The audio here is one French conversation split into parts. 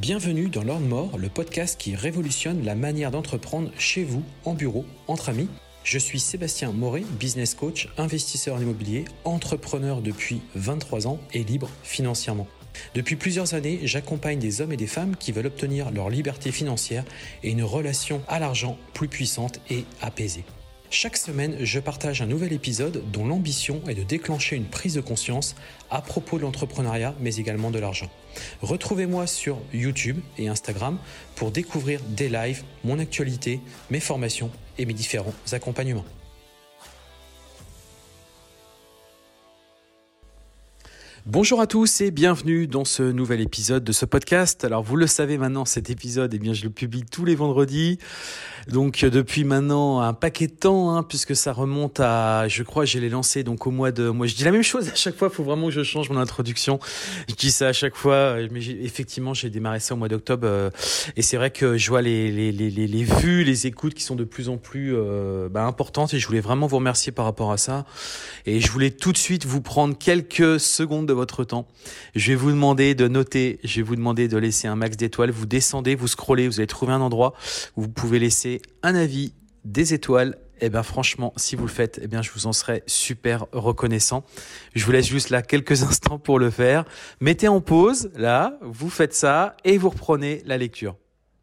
Bienvenue dans l'Ordre Mort, le podcast qui révolutionne la manière d'entreprendre chez vous, en bureau, entre amis. Je suis Sébastien Moret, business coach, investisseur en immobilier, entrepreneur depuis 23 ans et libre financièrement. Depuis plusieurs années, j'accompagne des hommes et des femmes qui veulent obtenir leur liberté financière et une relation à l'argent plus puissante et apaisée. Chaque semaine, je partage un nouvel épisode dont l'ambition est de déclencher une prise de conscience à propos de l'entrepreneuriat, mais également de l'argent. Retrouvez-moi sur YouTube et Instagram pour découvrir des lives, mon actualité, mes formations et mes différents accompagnements. Bonjour à tous et bienvenue dans ce nouvel épisode de ce podcast. Alors vous le savez maintenant, cet épisode, je le publie tous les vendredis. Donc depuis maintenant un paquet de temps, puisque ça remonte à, je crois, je l'ai lancé donc au mois de... Moi je dis la même chose à chaque fois, il faut vraiment que je change mon introduction. Je dis ça à chaque fois, mais effectivement j'ai démarré ça au mois d'octobre. Et c'est vrai que je vois les vues, les écoutes qui sont de plus en plus importantes. Et je voulais vraiment vous remercier par rapport à ça. Et je voulais tout de suite vous prendre quelques secondes de votre temps. Je vais vous demander de noter, je vais vous demander de laisser un max d'étoiles. Vous descendez, vous scrollez, vous allez trouver un endroit où vous pouvez laisser un avis, des étoiles. Franchement, si vous le faites, je vous en serai super reconnaissant. Je vous laisse juste là quelques instants pour le faire. Mettez en pause, là, vous faites ça et vous reprenez la lecture.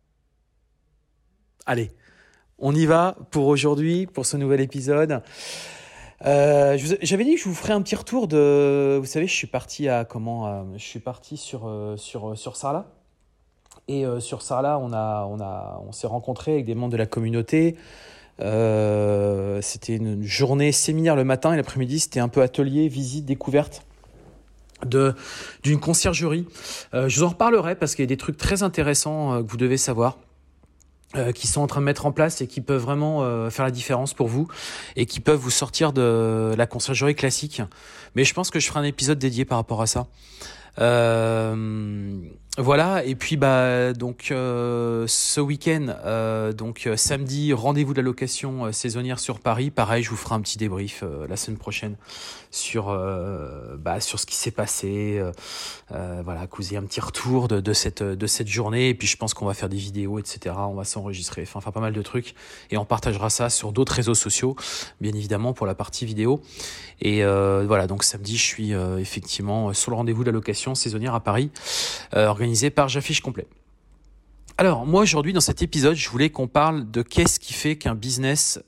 Allez, on y va pour aujourd'hui, pour ce nouvel épisode. J'avais dit que je vous ferais un petit retour de... Vous savez, je suis parti sur Sarlat. Et sur Sarlat, on s'est rencontrés avec des membres de la communauté. C'était une journée séminaire le matin et l'après-midi, c'était un peu atelier, visite, découverte d'une conciergerie. Je vous en reparlerai parce qu'il y a des trucs très intéressants que vous devez savoir. Qui sont en train de mettre en place et qui peuvent vraiment faire la différence pour vous et qui peuvent vous sortir de la conciergerie classique. Mais je pense que je ferai un épisode dédié par rapport à ça. Voilà, et puis ce week-end, samedi, rendez-vous de la location saisonnière sur Paris. Pareil, je vous ferai un petit débrief la semaine prochaine sur ce qui s'est passé. Que vous ayez un petit retour de cette journée. Et puis je pense qu'on va faire des vidéos, etc. On va s'enregistrer, enfin pas mal de trucs. Et on partagera ça sur d'autres réseaux sociaux, bien évidemment, pour la partie vidéo. Et donc samedi, je suis effectivement sur le rendez-vous de la location saisonnière à Paris, organisé par J'affiche complet. Alors moi aujourd'hui dans cet épisode, je voulais qu'on parle de qu'est-ce qui fait qu'un business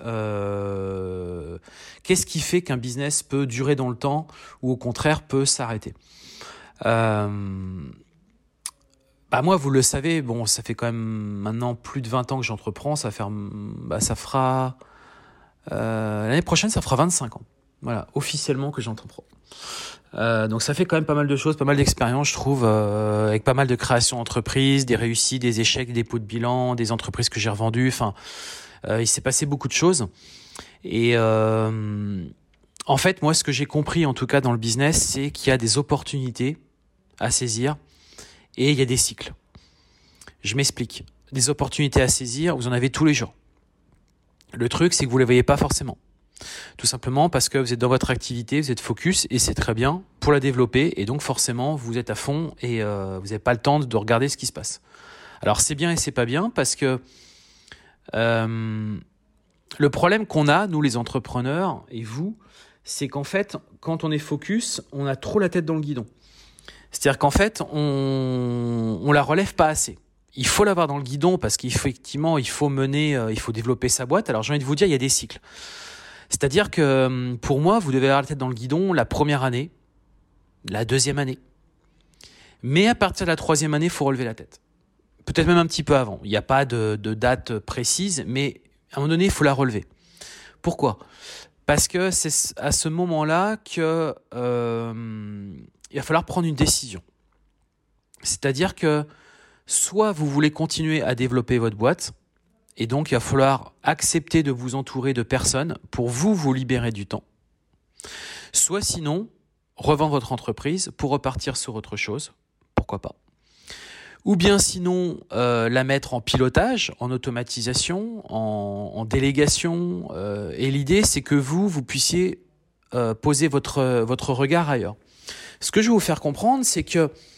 peut durer dans le temps ou au contraire peut s'arrêter. Moi vous le savez, ça fait quand même maintenant plus de 20 ans que j'entreprends, l'année prochaine ça fera 25 ans. Voilà, officiellement que j'entreprends. Donc ça fait quand même pas mal de choses, pas mal d'expériences, je trouve, avec pas mal de créations d'entreprises, des réussites, des échecs, des dépôts de bilan, des entreprises que j'ai revendues. Il s'est passé beaucoup de choses. Et en fait, moi, ce que j'ai compris, en tout cas dans le business, c'est qu'il y a des opportunités à saisir et il y a des cycles. Je m'explique. Des opportunités à saisir, vous en avez tous les jours. Le truc, c'est que vous ne les voyez pas forcément. Tout simplement parce que vous êtes dans votre activité, vous êtes focus et c'est très bien pour la développer et donc forcément vous êtes à fond et vous n'avez pas le temps de regarder ce qui se passe. Alors c'est bien et c'est pas bien parce que le problème qu'on a, nous les entrepreneurs et vous, c'est qu'en fait quand on est focus, on a trop la tête dans le guidon. C'est-à-dire qu'en fait on la relève pas assez. Il faut l'avoir dans le guidon parce qu'effectivement il faut développer sa boîte. Alors j'ai envie de vous dire, il y a des cycles. C'est-à-dire que pour moi, vous devez avoir la tête dans le guidon la première année, la deuxième année. Mais à partir de la troisième année, il faut relever la tête. Peut-être même un petit peu avant. Il n'y a pas de date précise, mais à un moment donné, il faut la relever. Pourquoi ? Parce que c'est à ce moment-là qu'il va falloir prendre une décision. C'est-à-dire que soit vous voulez continuer à développer votre boîte, et donc, il va falloir accepter de vous entourer de personnes pour vous libérer du temps. Soit sinon, revendre votre entreprise pour repartir sur autre chose. Pourquoi pas. Ou bien sinon, la mettre en pilotage, en automatisation, en délégation. Et l'idée, c'est que vous puissiez poser votre regard ailleurs. Ce que je vais vous faire comprendre, c'est que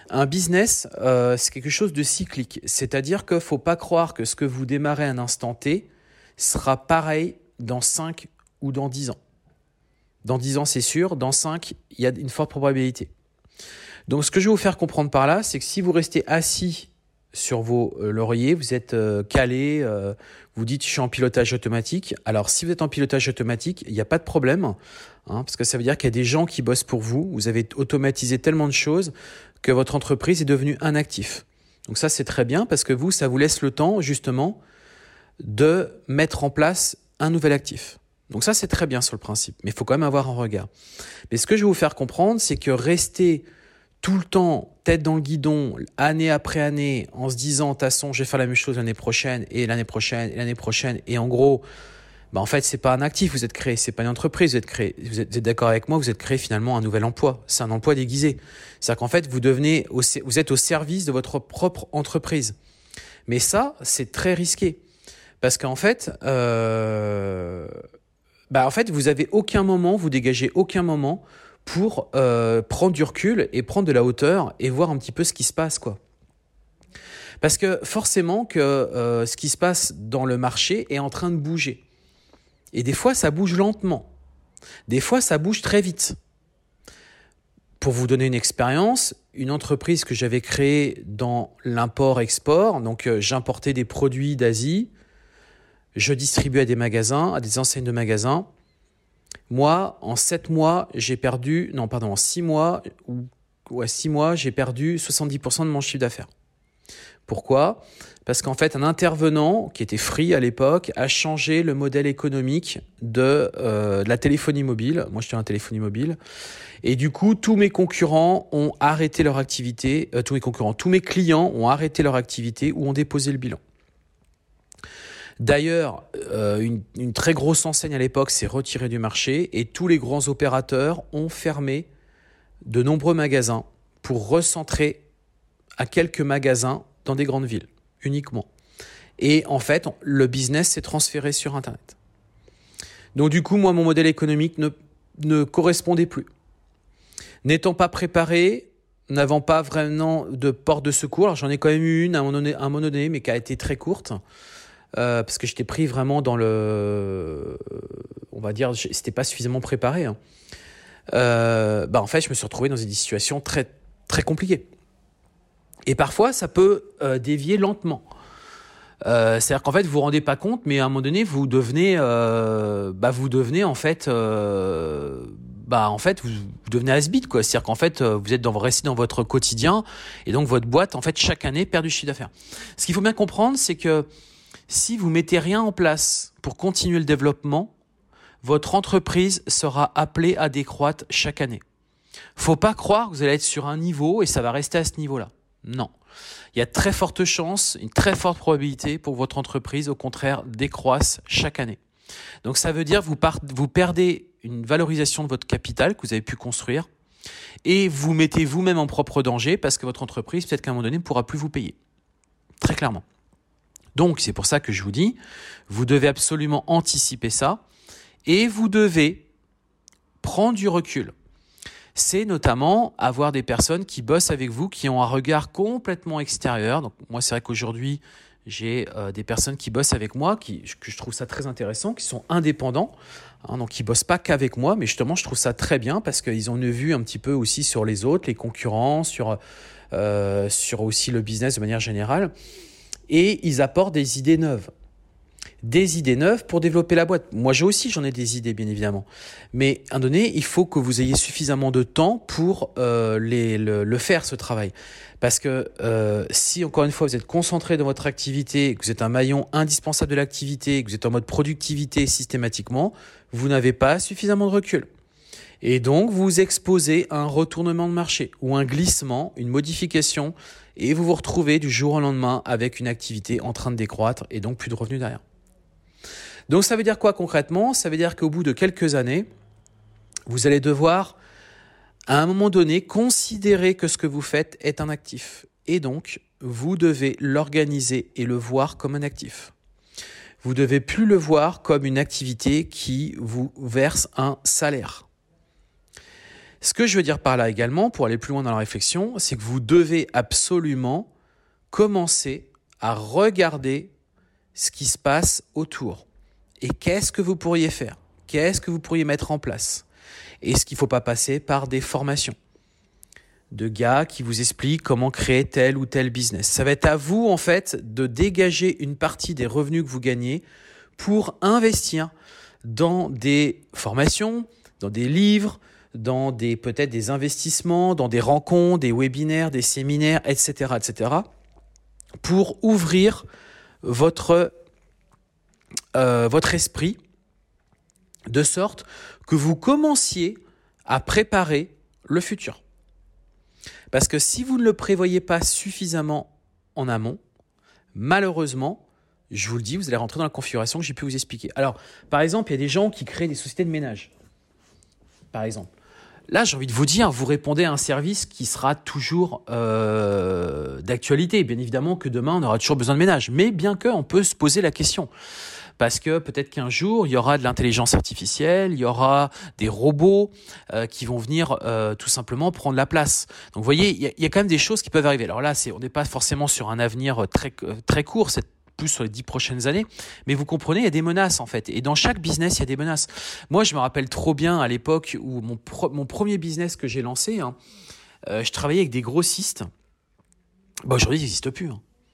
Un business, c'est quelque chose de cyclique. C'est-à-dire qu'il ne faut pas croire que ce que vous démarrez à un instant T sera pareil dans 5 ou dans 10 ans. Dans 10 ans, c'est sûr. Dans 5, il y a une forte probabilité. Donc, ce que je vais vous faire comprendre par là, c'est que si vous restez assis sur vos lauriers, vous êtes calé, vous dites « je suis en pilotage automatique ». Alors, si vous êtes en pilotage automatique, il n'y a pas de problème, parce que ça veut dire qu'il y a des gens qui bossent pour vous. Vous avez automatisé tellement de choses que votre entreprise est devenue un actif. Donc ça, c'est très bien parce que vous, ça vous laisse le temps, justement, de mettre en place un nouvel actif. Donc ça, c'est très bien sur le principe, mais il faut quand même avoir un regard. Mais ce que je vais vous faire comprendre, c'est que rester tout le temps, tête dans le guidon, année après année, en se disant, de toute façon, je vais faire la même chose l'année prochaine, et l'année prochaine, et l'année prochaine, et en gros, en fait, c'est pas un actif, vous êtes créé, c'est pas une entreprise, vous êtes d'accord avec moi, vous êtes créé finalement un nouvel emploi. C'est un emploi déguisé. C'est-à-dire qu'en fait, vous êtes au service de votre propre entreprise. Mais ça, c'est très risqué. Parce qu'en fait, vous avez aucun moment, vous dégagez aucun moment pour prendre du recul et prendre de la hauteur et voir un petit peu ce qui se passe, quoi. Parce que forcément que ce qui se passe dans le marché est en train de bouger. Et des fois, ça bouge lentement. Des fois, ça bouge très vite. Pour vous donner une expérience, une entreprise que j'avais créée dans l'import-export, donc j'importais des produits d'Asie, je distribuais à des magasins, à des enseignes de magasins. Moi, en 6 mois, j'ai perdu 70% de mon chiffre d'affaires. Pourquoi ? Parce qu'en fait, un intervenant qui était Free à l'époque a changé le modèle économique de la téléphonie mobile. Moi, j'étais en téléphonie mobile. Et du coup, tous mes concurrents ont arrêté leur activité. Tous mes clients ont arrêté leur activité ou ont déposé le bilan. D'ailleurs, une très grosse enseigne à l'époque s'est retirée du marché et tous les grands opérateurs ont fermé de nombreux magasins pour recentrer à quelques magasins dans des grandes villes uniquement. Et en fait, le business s'est transféré sur Internet. Donc du coup, moi, mon modèle économique ne correspondait plus. N'étant pas préparé, n'avant pas vraiment de porte de secours, alors j'en ai quand même eu une à un moment donné, mais qui a été très courte, parce que j'étais pris vraiment dans on va dire, c'était pas suffisamment préparé. En fait, je me suis retrouvé dans des situations très, très compliquées. Et parfois, ça peut dévier lentement. C'est-à-dire qu'en fait, vous vous rendez pas compte, mais à un moment donné, vous devenez vous devenez has-been, quoi. C'est-à-dire qu'en fait, vous restez dans votre quotidien, et donc votre boîte, en fait, chaque année perd du chiffre d'affaires. Ce qu'il faut bien comprendre, c'est que si vous mettez rien en place pour continuer le développement, votre entreprise sera appelée à décroître chaque année. Faut pas croire que vous allez être sur un niveau et ça va rester à ce niveau-là. Non. Il y a très forte chance, une très forte probabilité pour que votre entreprise, au contraire, décroisse chaque année. Donc ça veut dire que vous perdez une valorisation de votre capital que vous avez pu construire et vous mettez vous-même en propre danger parce que votre entreprise, peut-être qu'à un moment donné, ne pourra plus vous payer. Très clairement. Donc c'est pour ça que je vous dis, vous devez absolument anticiper ça et vous devez prendre du recul. C'est notamment avoir des personnes qui bossent avec vous, qui ont un regard complètement extérieur. Donc moi, c'est vrai qu'aujourd'hui, j'ai des personnes qui bossent avec moi, que je trouve ça très intéressant, qui sont indépendants, donc qui bossent pas qu'avec moi, mais justement, je trouve ça très bien parce qu'ils ont une vue un petit peu aussi sur les autres, les concurrents, sur aussi le business de manière générale, et ils apportent des idées neuves. Des idées neuves pour développer la boîte. Moi, j'en ai des idées, bien évidemment. Mais à un moment donné, il faut que vous ayez suffisamment de temps pour le faire, ce travail. Parce que si, encore une fois, vous êtes concentré dans votre activité, que vous êtes un maillon indispensable de l'activité, que vous êtes en mode productivité systématiquement, vous n'avez pas suffisamment de recul. Et donc, vous vous exposez à un retournement de marché ou un glissement, une modification, et vous vous retrouvez du jour au lendemain avec une activité en train de décroître et donc plus de revenus derrière. Donc ça veut dire quoi concrètement ? Ça veut dire qu'au bout de quelques années, vous allez devoir, à un moment donné, considérer que ce que vous faites est un actif. Et donc, vous devez l'organiser et le voir comme un actif. Vous ne devez plus le voir comme une activité qui vous verse un salaire. Ce que je veux dire par là également, pour aller plus loin dans la réflexion, c'est que vous devez absolument commencer à regarder ce qui se passe autour. Et qu'est-ce que vous pourriez faire? Qu'est-ce que vous pourriez mettre en place? Est-ce qu'il ne faut pas passer par des formations de gars qui vous expliquent comment créer tel ou tel business? Ça va être à vous, en fait, de dégager une partie des revenus que vous gagnez pour investir dans des formations, dans des livres, dans peut-être des investissements, dans des rencontres, des webinaires, des séminaires, etc., pour ouvrir votre esprit de sorte que vous commenciez à préparer le futur. Parce que si vous ne le prévoyez pas suffisamment en amont, malheureusement, je vous le dis, vous allez rentrer dans la configuration que j'ai pu vous expliquer. Alors, par exemple, il y a des gens qui créent des sociétés de ménage. Par exemple. Là, j'ai envie de vous dire, vous répondez à un service qui sera toujours d'actualité. Bien évidemment que demain, on aura toujours besoin de ménage. Mais bien qu'on peut se poser la question. Parce que peut-être qu'un jour, il y aura de l'intelligence artificielle, il y aura des robots qui vont venir tout simplement prendre la place. Donc vous voyez, il y a quand même des choses qui peuvent arriver. Alors là, on n'est pas forcément sur un avenir très court, c'est plus sur les 10 prochaines années, mais vous comprenez, il y a des menaces en fait. Et dans chaque business, il y a des menaces. Moi, je me rappelle trop bien à l'époque où mon premier business que j'ai lancé, je travaillais avec des grossistes. Aujourd'hui, ils n'existent plus.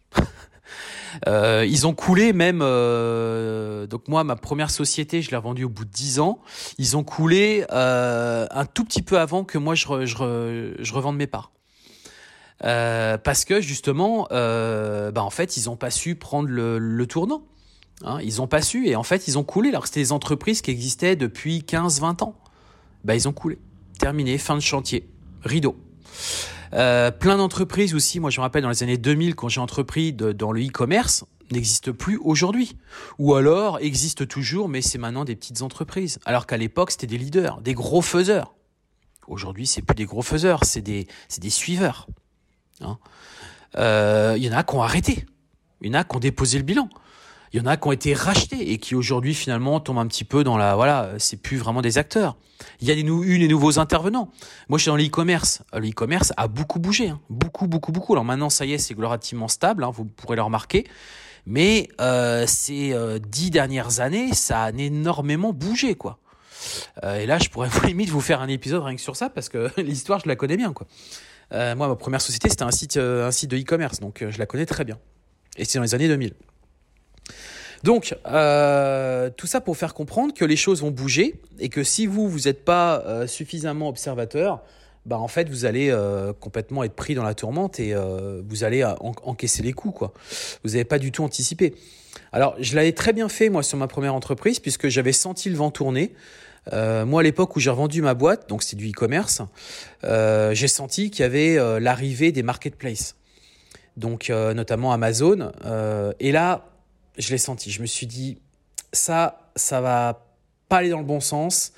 Ils ont coulé même. Donc moi, ma première société, je l'ai vendue au bout de 10 ans. Ils ont coulé un tout petit peu avant que moi je revende mes parts. Parce que justement, en fait, ils n'ont pas su prendre le tournant. Hein, ils n'ont pas su et en fait, ils ont coulé. Alors que c'était des entreprises qui existaient depuis 15-20 ans. Ils ont coulé. Terminé, fin de chantier, rideau. Plein d'entreprises aussi, moi je me rappelle dans les années 2000 quand j'ai entrepris dans le e-commerce, n'existent plus aujourd'hui. Ou alors existent toujours, mais c'est maintenant des petites entreprises. Alors qu'à l'époque, c'était des leaders, des gros faiseurs. Aujourd'hui, c'est plus des gros faiseurs, c'est des suiveurs. Hein. Il y en a qui ont arrêté. Il y en a qui ont déposé le bilan. Il y en a qui ont été rachetés et qui aujourd'hui finalement tombent un petit peu dans c'est plus vraiment des acteurs. Il y a des nouveaux intervenants. Moi, je suis dans l'e-commerce. L'e-commerce a beaucoup bougé, hein. Beaucoup. Alors maintenant, ça y est, c'est relativement stable, hein, vous pourrez le remarquer. Mais ces 10 dernières années, ça a énormément bougé, quoi. Et là, je pourrais limite vous faire un épisode rien que sur ça parce que l'histoire, je la connais bien, quoi. Moi, ma première société, c'était un site de e-commerce, donc je la connais très bien. Et c'est dans les années 2000. Donc, tout ça pour faire comprendre que les choses vont bouger et que si vous n'êtes pas suffisamment observateur, en fait, vous allez complètement être pris dans la tourmente et vous allez encaisser les coups, quoi. Vous n'avez pas du tout anticipé. Alors, je l'avais très bien fait, moi, sur ma première entreprise, puisque j'avais senti le vent tourner. Moi, à l'époque où j'ai revendu ma boîte, donc c'est du e-commerce, j'ai senti qu'il y avait l'arrivée des marketplaces. Donc, notamment Amazon. Et là, je l'ai senti. Je me suis dit, ça va pas aller dans le bon sens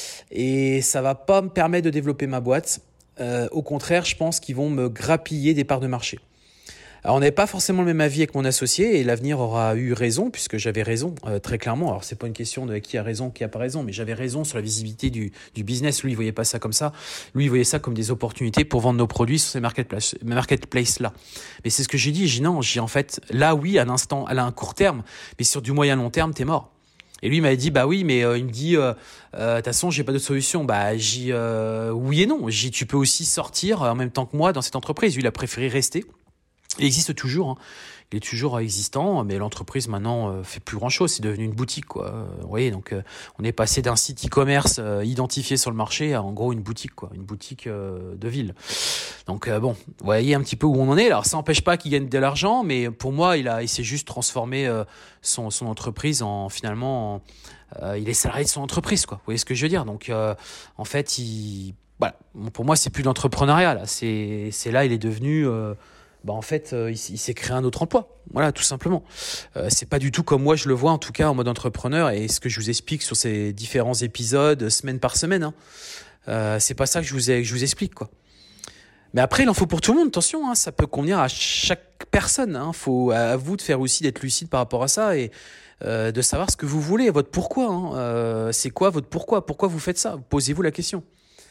et ça va pas me permettre de développer ma boîte. Au contraire, je pense qu'ils vont me grappiller des parts de marché. Alors, on n'avait pas forcément le même avis avec mon associé et l'avenir aura eu raison puisque j'avais raison très clairement. Alors, c'est pas une question de qui a raison, qui a pas raison, mais j'avais raison sur la visibilité du business. Lui, il voyait pas ça comme ça. Lui, il voyait ça comme des opportunités pour vendre nos produits sur ces marketplaces-là. Mais c'est ce que j'ai dit. J'ai dit non, en fait, là, oui, à l'instant, à un court terme, mais sur du moyen long terme, t'es mort. Et lui, il m'avait dit, oui, mais il me dit, de toute façon, j'ai pas de solution. Oui et non. Tu peux aussi sortir en même temps que moi dans cette entreprise. Lui, il a préféré rester. Il existe toujours, hein. Il est toujours existant, mais l'entreprise maintenant fait plus grand-chose. C'est devenu une boutique, quoi. Vous voyez, donc on est passé d'un site e-commerce identifié sur le marché à en gros une boutique, quoi, une boutique de ville. Donc vous voyez un petit peu où on en est. Alors ça n'empêche pas qu'il gagne de l'argent, mais pour moi, il s'est juste transformé son entreprise en finalement, il est salarié de son entreprise, quoi. Vous voyez ce que je veux dire? Donc en fait, voilà. Pour moi, c'est plus de l'entrepreneuriat là. C'est là, il est devenu en fait, il s'est créé un autre emploi. Voilà, tout simplement. C'est pas du tout comme moi je le vois, en tout cas, en mode entrepreneur, et ce que je vous explique sur ces différents épisodes, semaine par semaine. Hein. C'est pas ça que je vous explique, quoi. Mais après, il en faut pour tout le monde. Attention, hein, ça peut convenir à chaque personne. Hein. Faut à vous de faire aussi d'être lucide par rapport à ça et de savoir ce que vous voulez, votre pourquoi. Hein. C'est quoi votre pourquoi? Pourquoi vous faites ça? Posez-vous la question.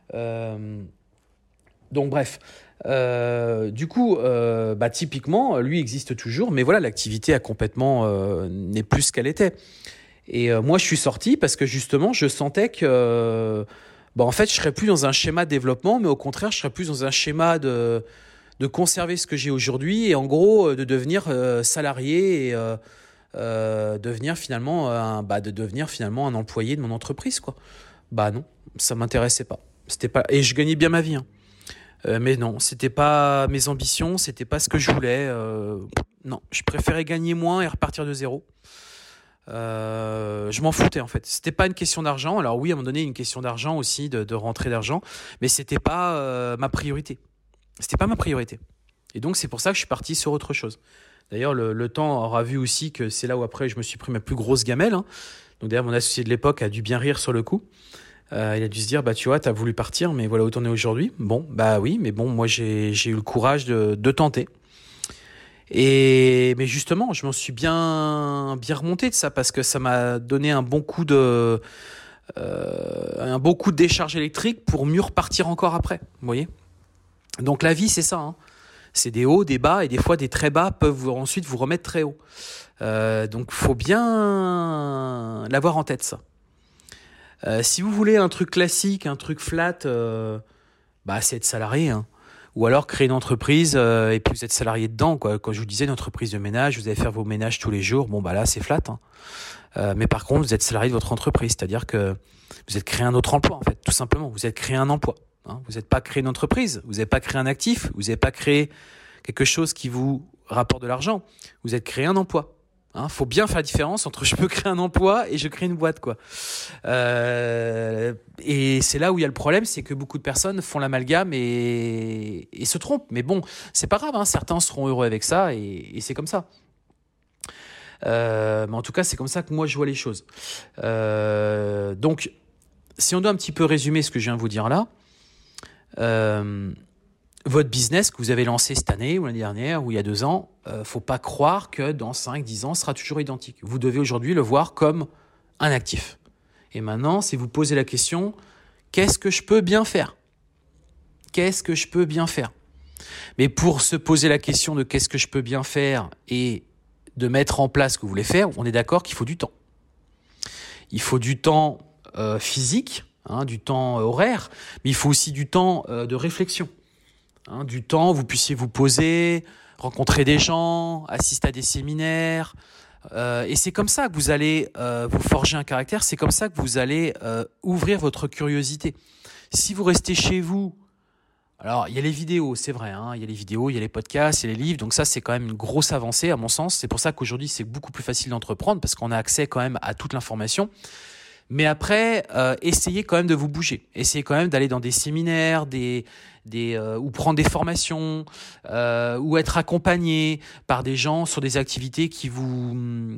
Donc bref, du coup, typiquement, lui existe toujours, mais voilà, l'activité a complètement n'est plus ce qu'elle était. Et moi, je suis sorti parce que justement, je sentais que, en fait, je serais plus dans un schéma de développement, mais au contraire, je serais plus dans un schéma de conserver ce que j'ai aujourd'hui et en gros, de devenir salarié et devenir finalement de devenir finalement un employé de mon entreprise, quoi. Bah non, ça m'intéressait pas. C'était pas, et je gagnais bien ma vie, hein. Mais non, c'était pas mes ambitions, c'était pas ce que je voulais. Non, je préférais gagner moins et repartir de zéro. Je m'en foutais en fait. C'était pas une question d'argent. Alors oui, à un moment donné, une question d'argent aussi, de rentrée d'argent, mais c'était pas ma priorité. C'était pas ma priorité. Et donc c'est pour ça que je suis parti sur autre chose. D'ailleurs, le temps aura vu aussi que c'est là où après je me suis pris ma plus grosse gamelle, hein. Donc d'ailleurs, mon associé de l'époque a dû bien rire sur le coup. Il a dû se dire, tu vois, t'as voulu partir, mais voilà où t'en es aujourd'hui. Bon, bah oui, mais bon, moi j'ai eu le courage de tenter. Mais justement, je m'en suis bien remonté de ça parce que ça m'a donné un bon coup de décharge électrique pour mieux repartir encore après. Vous voyez. Donc la vie, c'est ça, hein. C'est des hauts, des bas, et des fois des très bas peuvent ensuite vous remettre très haut. Donc faut bien l'avoir en tête, ça. Si vous voulez un truc classique, un truc flat, c'est être salarié, hein. Ou alors créer une entreprise et puis vous êtes salarié dedans, quoi. Quand je vous disais une entreprise de ménage, vous allez faire vos ménages tous les jours. Bon, là, c'est flat, hein. Mais par contre, vous êtes salarié de votre entreprise, c'est-à-dire que vous êtes créé un autre emploi, en fait, tout simplement. Vous êtes créé un emploi, hein. Vous n'êtes pas créé une entreprise, vous n'avez pas créé un actif, vous n'avez pas créé quelque chose qui vous rapporte de l'argent. Vous êtes créé un emploi. Hein, faut bien faire la différence entre je peux créer un emploi et je crée une boîte, quoi. Et c'est là où il y a le problème, c'est que beaucoup de personnes font l'amalgame et se trompent. Mais bon, c'est pas grave, hein, certains seront heureux avec ça et c'est comme ça. Mais en tout cas, c'est comme ça que moi je vois les choses. Donc, si on doit un petit peu résumer ce que je viens de vous dire là, votre business que vous avez lancé cette année ou l'année dernière ou il y a 2 ans, faut pas croire que dans 5-10 ans, ce sera toujours identique. Vous devez aujourd'hui le voir comme un actif. Et maintenant, si vous posez la question, qu'est-ce que je peux bien faire ? Qu'est-ce que je peux bien faire ? Mais pour se poser la question de qu'est-ce que je peux bien faire et de mettre en place ce que vous voulez faire, on est d'accord qu'il faut du temps. Il faut du temps physique, hein, du temps horaire, mais il faut aussi du temps de réflexion. Hein, du temps où vous puissiez vous poser, rencontrer des gens, assister à des séminaires. Et c'est comme ça que vous allez vous forger un caractère, c'est comme ça que vous allez ouvrir votre curiosité. Si vous restez chez vous, alors il y a les vidéos, c'est vrai, hein, il y a les vidéos, il y a les podcasts, il y a les livres, donc ça c'est quand même une grosse avancée à mon sens. C'est pour ça qu'aujourd'hui c'est beaucoup plus facile d'entreprendre parce qu'on a accès quand même à toute l'information. Mais après, essayez quand même de vous bouger. Essayez quand même d'aller dans des séminaires, ou prendre des formations, ou être accompagné par des gens sur des activités qui vous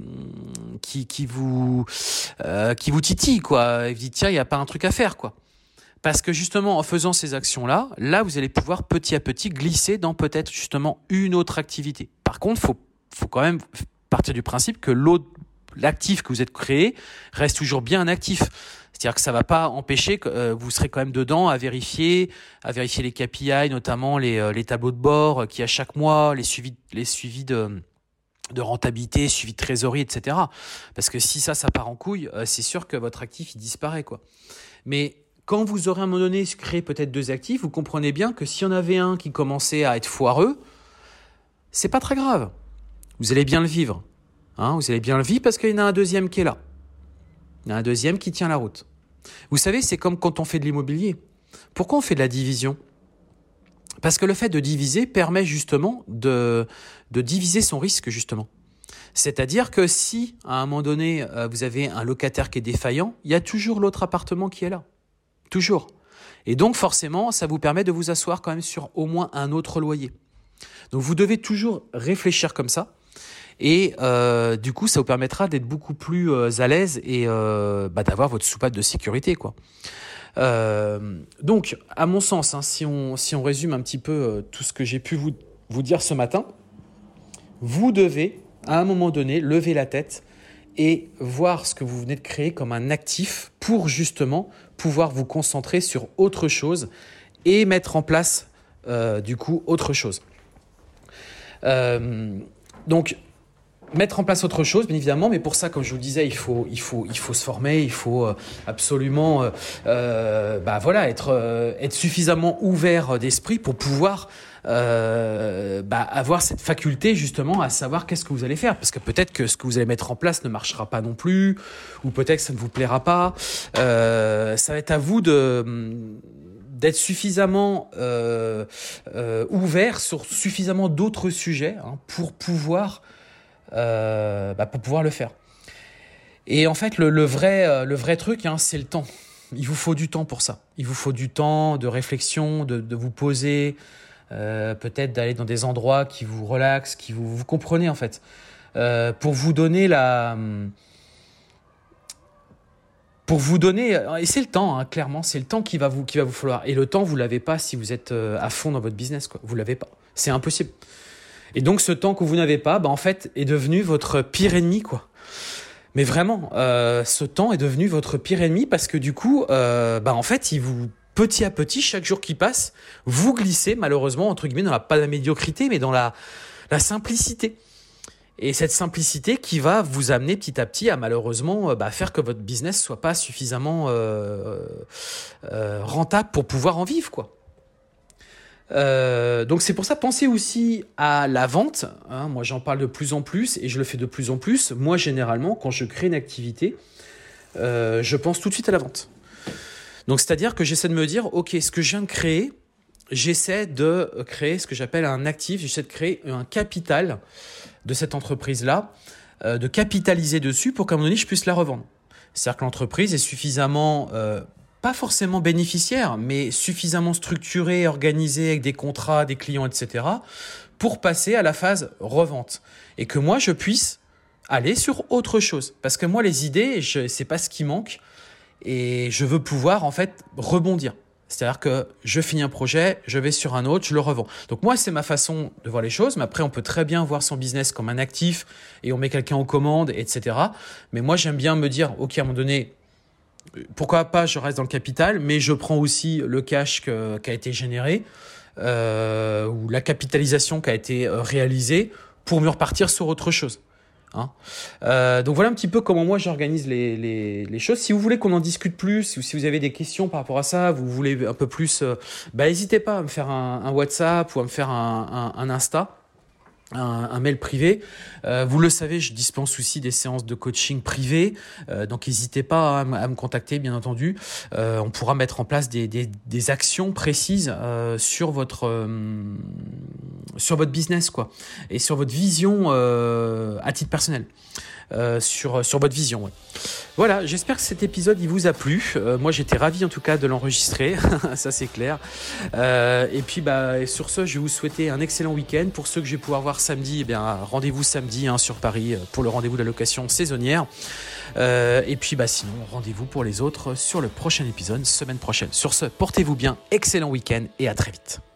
titillent, quoi. Et vous dites tiens, il y a pas un truc à faire, quoi. Parce que justement, en faisant ces actions-là, là, vous allez pouvoir petit à petit glisser dans peut-être justement une autre activité. Par contre, faut quand même partir du principe que l'actif que vous êtes créé reste toujours bien un actif. C'est-à-dire que ça va pas empêcher que vous serez quand même dedans à vérifier les KPI, notamment les tableaux de bord qui à chaque mois, les suivis de rentabilité, suivi de trésorerie, etc. Parce que si ça part en couille, c'est sûr que votre actif il disparaît, quoi. Mais quand vous aurez à un moment donné créé peut-être 2 actifs, vous comprenez bien que si on avait un qui commençait à être foireux, c'est pas très grave. Vous allez bien le vivre. Hein, vous allez bien le vivre parce qu'il y en a un deuxième qui est là. Il y en a un deuxième qui tient la route. Vous savez, c'est comme quand on fait de l'immobilier. Pourquoi on fait de la division ? Parce que le fait de diviser permet justement de diviser son risque, justement. C'est-à-dire que si, à un moment donné, vous avez un locataire qui est défaillant, il y a toujours l'autre appartement qui est là. Toujours. Et donc, forcément, ça vous permet de vous asseoir quand même sur au moins un autre loyer. Donc, vous devez toujours réfléchir comme ça. Et du coup, ça vous permettra d'être beaucoup plus à l'aise et d'avoir votre soupape de sécurité, quoi. Donc, à mon sens, hein, si on résume un petit peu tout ce que j'ai pu vous dire ce matin, vous devez, à un moment donné, lever la tête et voir ce que vous venez de créer comme un actif pour justement pouvoir vous concentrer sur autre chose et mettre en place du coup autre chose. Donc mettre en place autre chose, bien évidemment, mais pour ça, comme je vous le disais, il faut se former, il faut absolument être suffisamment ouvert d'esprit pour pouvoir avoir cette faculté justement à savoir qu'est-ce que vous allez faire, parce que peut-être que ce que vous allez mettre en place ne marchera pas non plus, ou peut-être que ça ne vous plaira pas. Ça va être à vous d'être suffisamment ouvert sur suffisamment d'autres sujets pour pouvoir le faire. Et en fait, le vrai truc, c'est le temps. Il vous faut du temps pour ça. Il vous faut du temps de réflexion, de vous poser, peut-être d'aller dans des endroits qui vous relaxent, qui vous comprenez en fait, pour vous donner et c'est le temps, clairement, c'est le temps qui va vous falloir. Et le temps, vous l'avez pas si vous êtes à fond dans votre business, quoi. Vous l'avez pas. C'est impossible. Et donc, ce temps que vous n'avez pas, en fait, est devenu votre pire ennemi, quoi. Mais vraiment, ce temps est devenu votre pire ennemi parce que du coup, en fait, petit à petit, chaque jour qui passe, vous glissez, malheureusement, entre guillemets, pas la médiocrité, mais dans la simplicité. Et cette simplicité qui va vous amener petit à petit à malheureusement faire que votre business soit pas suffisamment rentable pour pouvoir en vivre, quoi. Donc c'est pour ça, pensez aussi à la vente. Moi, j'en parle de plus en plus et je le fais de plus en plus. Moi, généralement, quand je crée une activité, je pense tout de suite à la vente. Donc, c'est-à-dire que j'essaie de me dire, ok, ce que je viens de créer, j'essaie de créer ce que j'appelle un actif. J'essaie de créer un capital de cette entreprise-là, de capitaliser dessus pour qu'à un moment donné, je puisse la revendre. C'est-à-dire que l'entreprise est suffisamment pas forcément bénéficiaire, mais suffisamment structuré, organisé avec des contrats, des clients, etc. pour passer à la phase revente. Et que moi, je puisse aller sur autre chose. Parce que moi, les idées, c'est pas ce qui manque. Et je veux pouvoir, en fait, rebondir. C'est-à-dire que je finis un projet, je vais sur un autre, je le revends. Donc moi, c'est ma façon de voir les choses. Mais après, on peut très bien voir son business comme un actif et on met quelqu'un en commande, etc. Mais moi, j'aime bien me dire, OK, à un moment donné, pourquoi pas, je reste dans le capital, mais je prends aussi le cash qui a été généré ou la capitalisation qui a été réalisée pour me repartir sur autre chose. Donc voilà un petit peu comment moi j'organise les choses. Si vous voulez qu'on en discute plus, ou si vous avez des questions par rapport à ça, vous voulez un peu plus, n'hésitez pas à me faire un WhatsApp ou à me faire un Insta. Un mail privé. Vous le savez, je dispense aussi des séances de coaching privées, donc n'hésitez pas à me contacter, bien entendu. On pourra mettre en place des actions précises sur votre business, quoi, et sur votre vision à titre personnel. Sur votre vision. Ouais. Voilà, j'espère que cet épisode il vous a plu. Moi, j'étais ravi en tout cas de l'enregistrer, ça c'est clair. Et puis sur ce, je vais vous souhaiter un excellent week-end. Pour ceux que je vais pouvoir voir samedi, rendez-vous samedi sur Paris pour le rendez-vous de la location saisonnière. Et puis sinon, rendez-vous pour les autres sur le prochain épisode, semaine prochaine. Sur ce, portez-vous bien, excellent week-end et à très vite.